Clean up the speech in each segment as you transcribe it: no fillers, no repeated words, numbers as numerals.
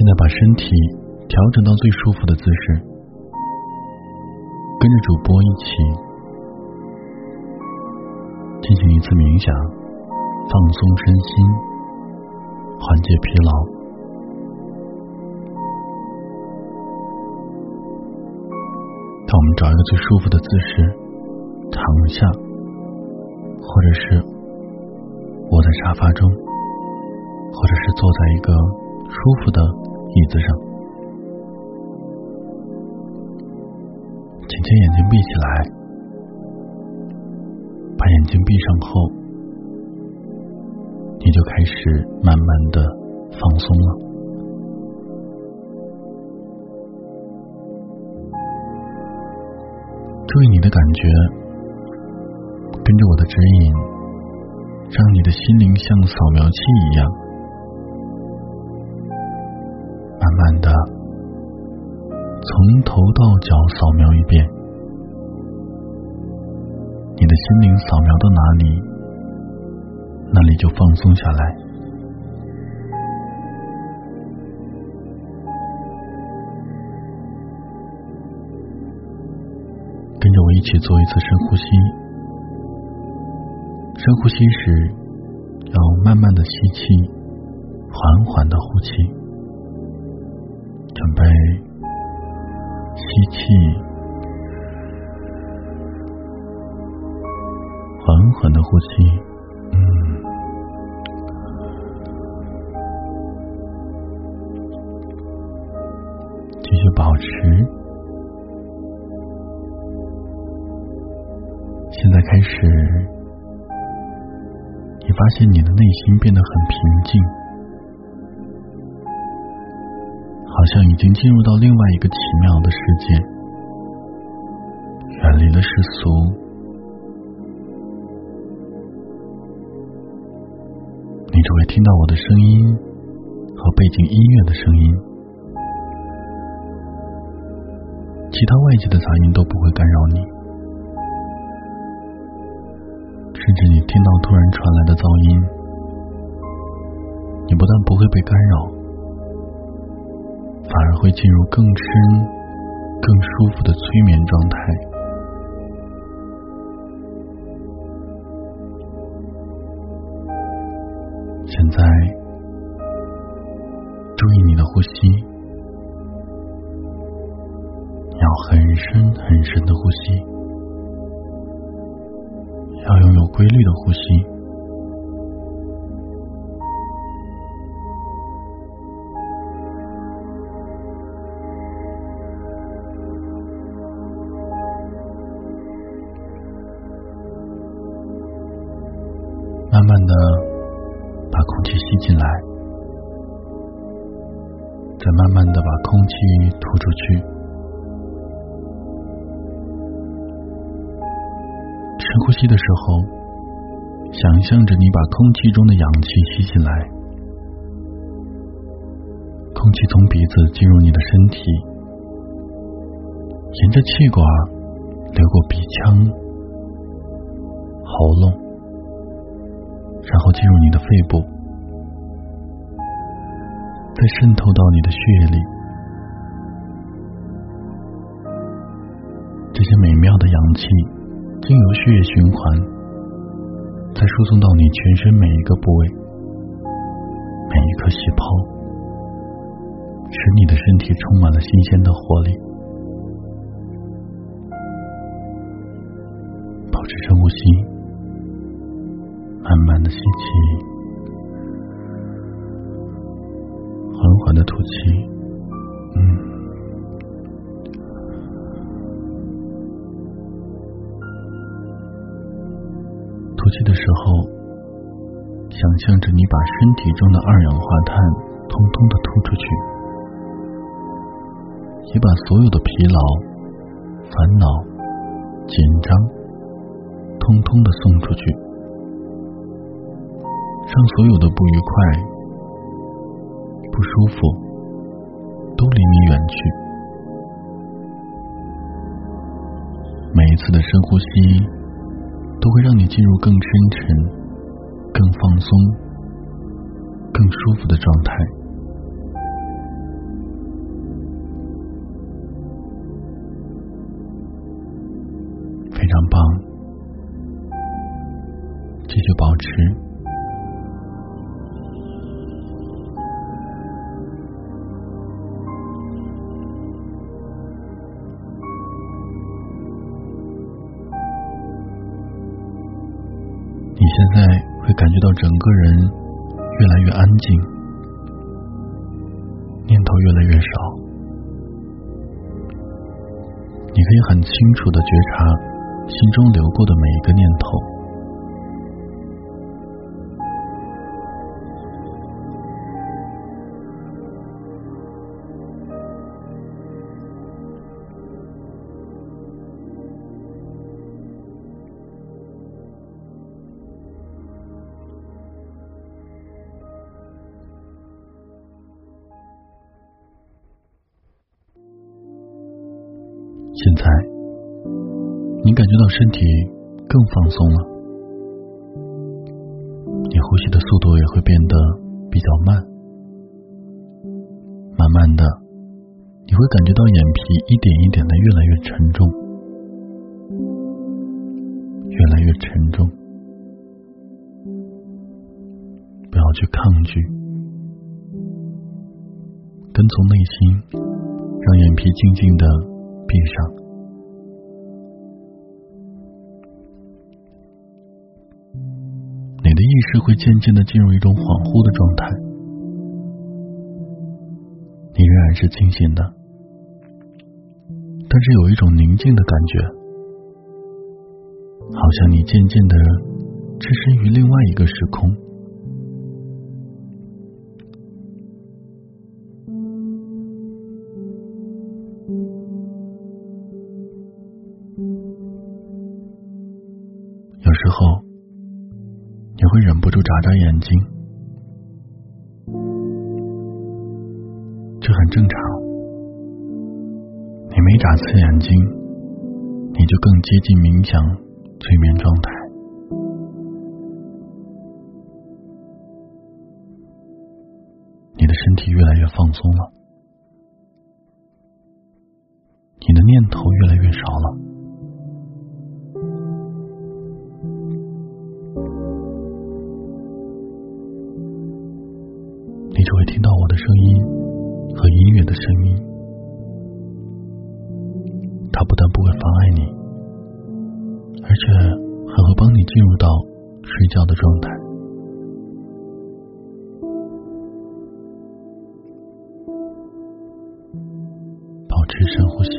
在把身体调整到最舒服的姿势，跟着主播一起进行一次冥想，放松身心，缓解疲劳。让我们找一个最舒服的姿势，躺下，或者是窝在沙发中，或者是坐在一个舒服的椅子上。请将眼睛闭起来，把眼睛闭上后，你就开始慢慢的放松了。注意你的感觉，跟着我的指引，让你的心灵像扫描器一样，慢慢的从头到脚扫描一遍。你的心灵扫描到哪里，那里就放松下来。跟着我一起做一次深呼吸。深呼吸时要慢慢的吸气，缓缓的呼气。准备吸气，缓缓的呼气。继续保持。现在开始，你发现你的内心变得很平静，好像已经进入到另外一个奇妙的世界，远离了世俗。你只会听到我的声音和背景音乐的声音，其他外界的杂音都不会干扰你。甚至你听到突然传来的噪音，你不但不会被干扰，反而会进入更深、更舒服的催眠状态。现在，注意你的呼吸，要很深很深的呼吸。要拥有规律的呼吸，慢慢的把空气吸进来，再慢慢的把空气吐出去。深呼吸的时候，想象着你把空气中的氧气吸进来，空气从鼻子进入你的身体，沿着气管流过鼻腔、喉咙，然后进入你的肺部，再渗透到你的血液里。这些美妙的氧气经由血液循环，再输送到你全身每一个部位，每一颗细胞，使你的身体充满了新鲜的活力。保持深呼吸，慢慢的吸气，缓缓的吐气。吐气的时候，想象着你把身体中的二氧化碳通通的吐出去，也把所有的疲劳、烦恼、紧张通通的送出去，让所有的不愉快、不舒服都离你远去。每一次的深呼吸都会让你进入更深沉、更放松、更舒服的状态。 续保持。你现在会感觉到整个人越来越安静，念头越来越少，你可以很清楚地觉察心中流过的每一个念头。现在你感觉到身体更放松了，你呼吸的速度也会变得比较慢，慢慢的你会感觉到眼皮一点一点的越来越沉重，越来越沉重。不要去抗拒，跟从内心，让眼皮静静的闭上。你的意识会渐渐地进入一种恍惚的状态，你仍然是清醒的，但是有一种宁静的感觉，好像你渐渐地置身于另外一个时空。有时候你会忍不住眨眨眼睛，这很正常，你每眨次眼睛，你就更接近冥想催眠状态。你的身体越来越放松了，你的念头越来越少了。你只会听到我的声音和音乐的声音，它不但不会妨碍你，而且还会帮你进入到睡觉的状态。保持深呼吸，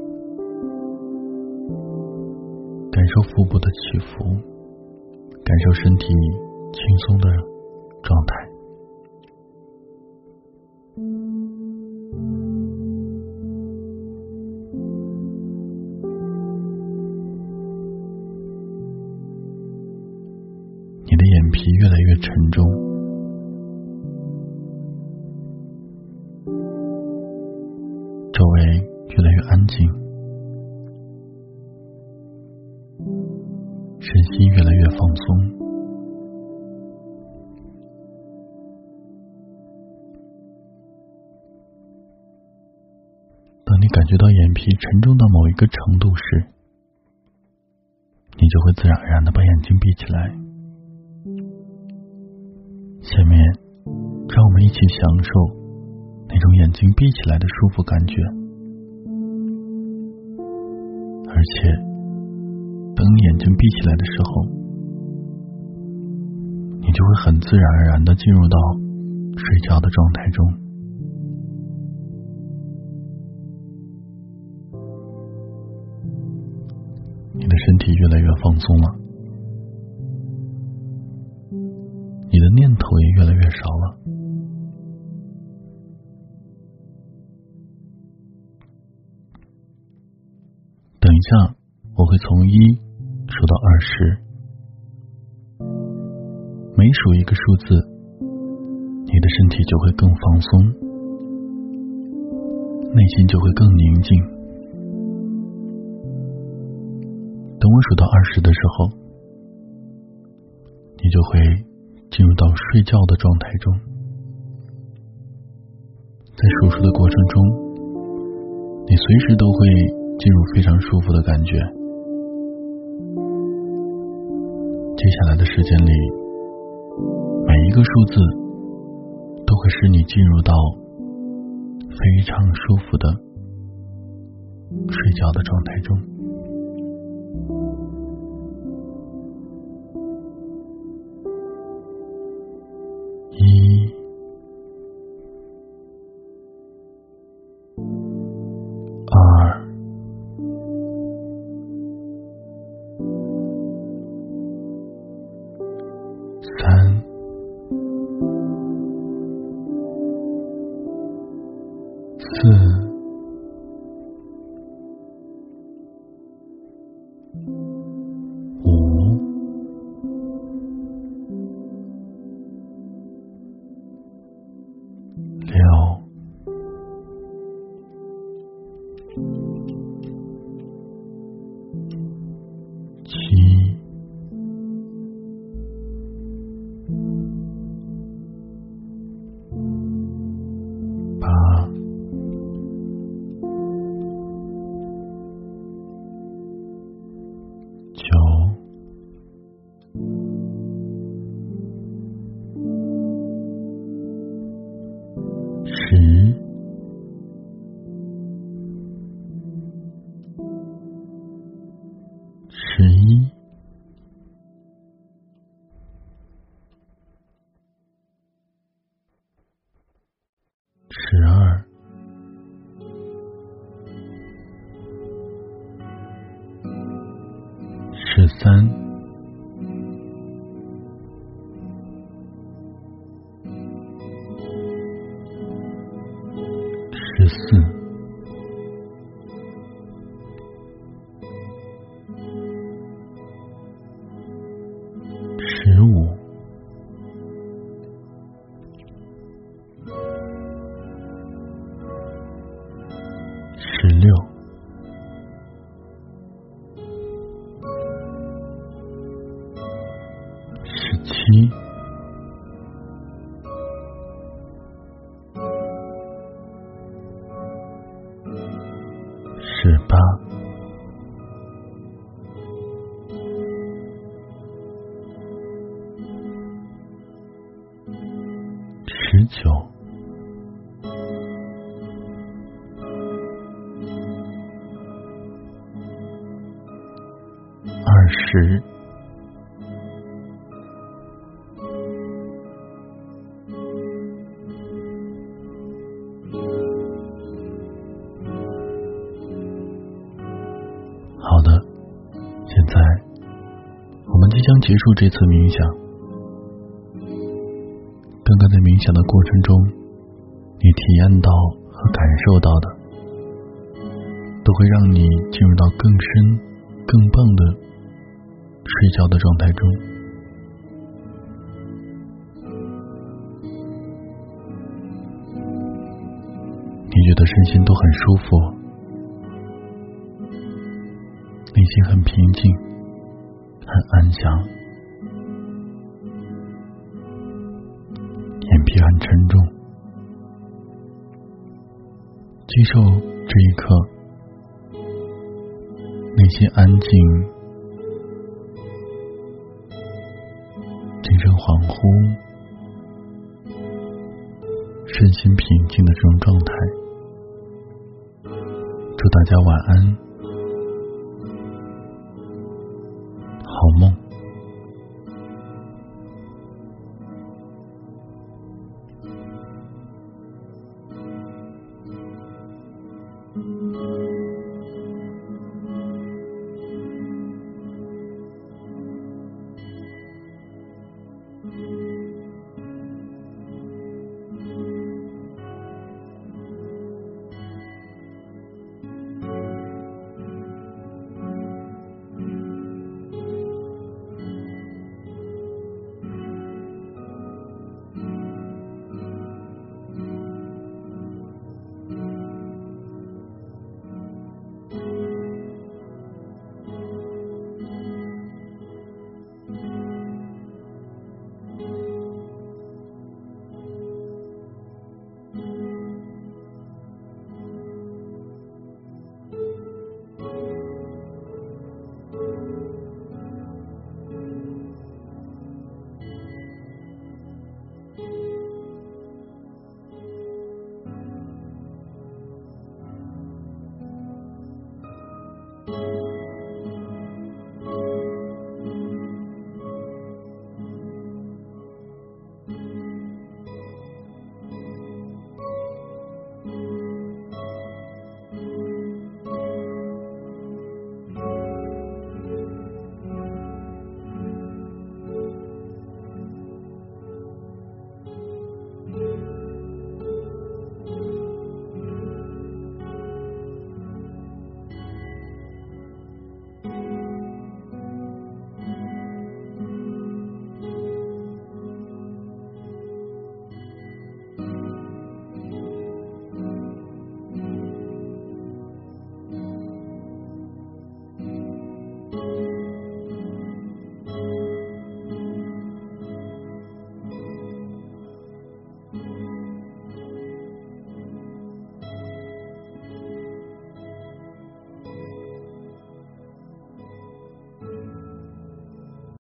感受腹部的起伏，感受身体轻松的状态。你的眼皮越来越沉重，周围越来越安静，身心越来越放松。当你感觉到眼皮沉重到某一个程度时，你就会自然而然地把眼睛闭起来。下面让我们一起享受那种眼睛闭起来的舒服感觉，而且等你眼睛闭起来的时候，你就会很自然而然地进入到睡觉的状态中。你的身体越来越放松了，你的念头也越来越少了。等一下，我会从1数到20，每数一个数字，你的身体就会更放松，内心就会更宁静。等我数到20的时候，你就会进入到睡觉的状态中。在数的过程中，你随时都会进入非常舒服的感觉。 接下来的时间里，每一个数字都会使你进入到非常舒服的睡觉的状态中。1、2、3、4、5、6、7、8、9、10、11、12、13、14、15、16、17、18、19、20、好的，现在我们即将结束这次冥想。刚刚在冥想的过程中，你体验到和感受到的，都会让你进入到更深、更棒的睡觉的状态中。你觉得身心都很舒服，内心很平静，很安详，眼皮很沉重。接受这一刻，内心安静，精神恍惚，身心平静的这种状态。祝大家晚安，好梦。